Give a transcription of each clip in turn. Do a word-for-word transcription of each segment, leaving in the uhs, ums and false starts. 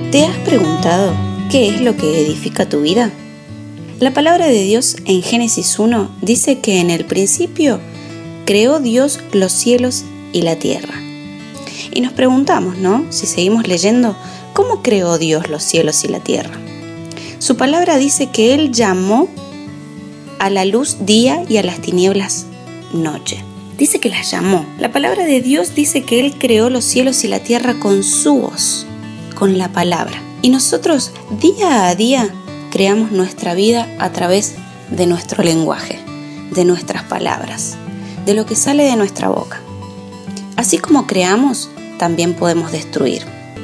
¿Te has preguntado qué es lo que edifica tu vida? La palabra de Dios en Génesis uno dice que en el principio creó Dios los cielos y la tierra. Y nos preguntamos, ¿no? Si seguimos leyendo, ¿cómo creó Dios los cielos y la tierra? Su palabra dice que Él llamó a la luz día y a las tinieblas noche. Dice que las llamó. La palabra de Dios dice que Él creó los cielos y la tierra con su voz, con la palabra. Y nosotros día a día creamos nuestra vida a través de nuestro lenguaje, de nuestras palabras, de lo que sale de nuestra boca. Así como creamos, también podemos destruir.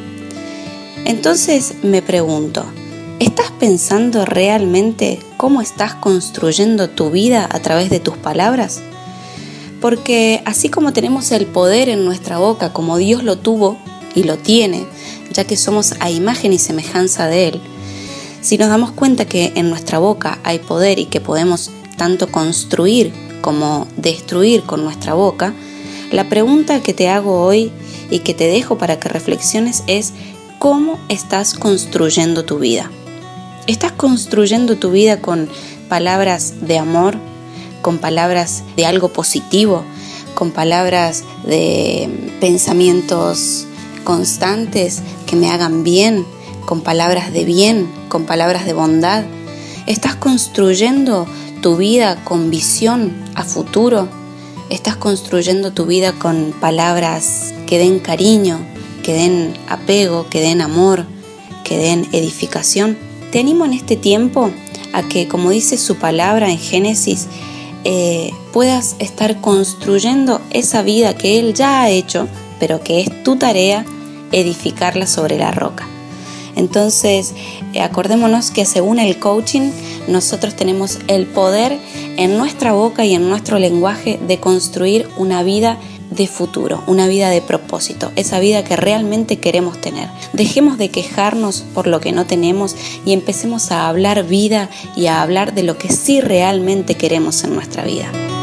Entonces me pregunto, ¿estás pensando realmente cómo estás construyendo tu vida a través de tus palabras? Porque así como tenemos el poder en nuestra boca, como Dios lo tuvo y lo tiene, ya que somos a imagen y semejanza de Él, si nos damos cuenta que en nuestra boca hay poder y que podemos tanto construir como destruir con nuestra boca, la pregunta que te hago hoy y que te dejo para que reflexiones es: ¿cómo estás construyendo tu vida? ¿Estás construyendo tu vida con palabras de amor, con palabras de algo positivo, con palabras de pensamientos constantes que me hagan bien, con palabras de bien, con palabras de bondad? ¿Estás construyendo tu vida con visión a futuro? ¿Estás construyendo tu vida con palabras que den cariño, que den apego, que den amor, que den edificación? Te animo en este tiempo a que, como dice su palabra en Génesis, eh, puedas estar construyendo esa vida que Él ya ha hecho, pero que es tu tarea edificarla sobre la roca. Entonces, eh, acordémonos que según el coaching, nosotros tenemos el poder en nuestra boca y en nuestro lenguaje de construir una vida de futuro, una vida de propósito, esa vida que realmente queremos tener. Dejemos de quejarnos por lo que no tenemos y empecemos a hablar vida y a hablar de lo que sí realmente queremos en nuestra vida.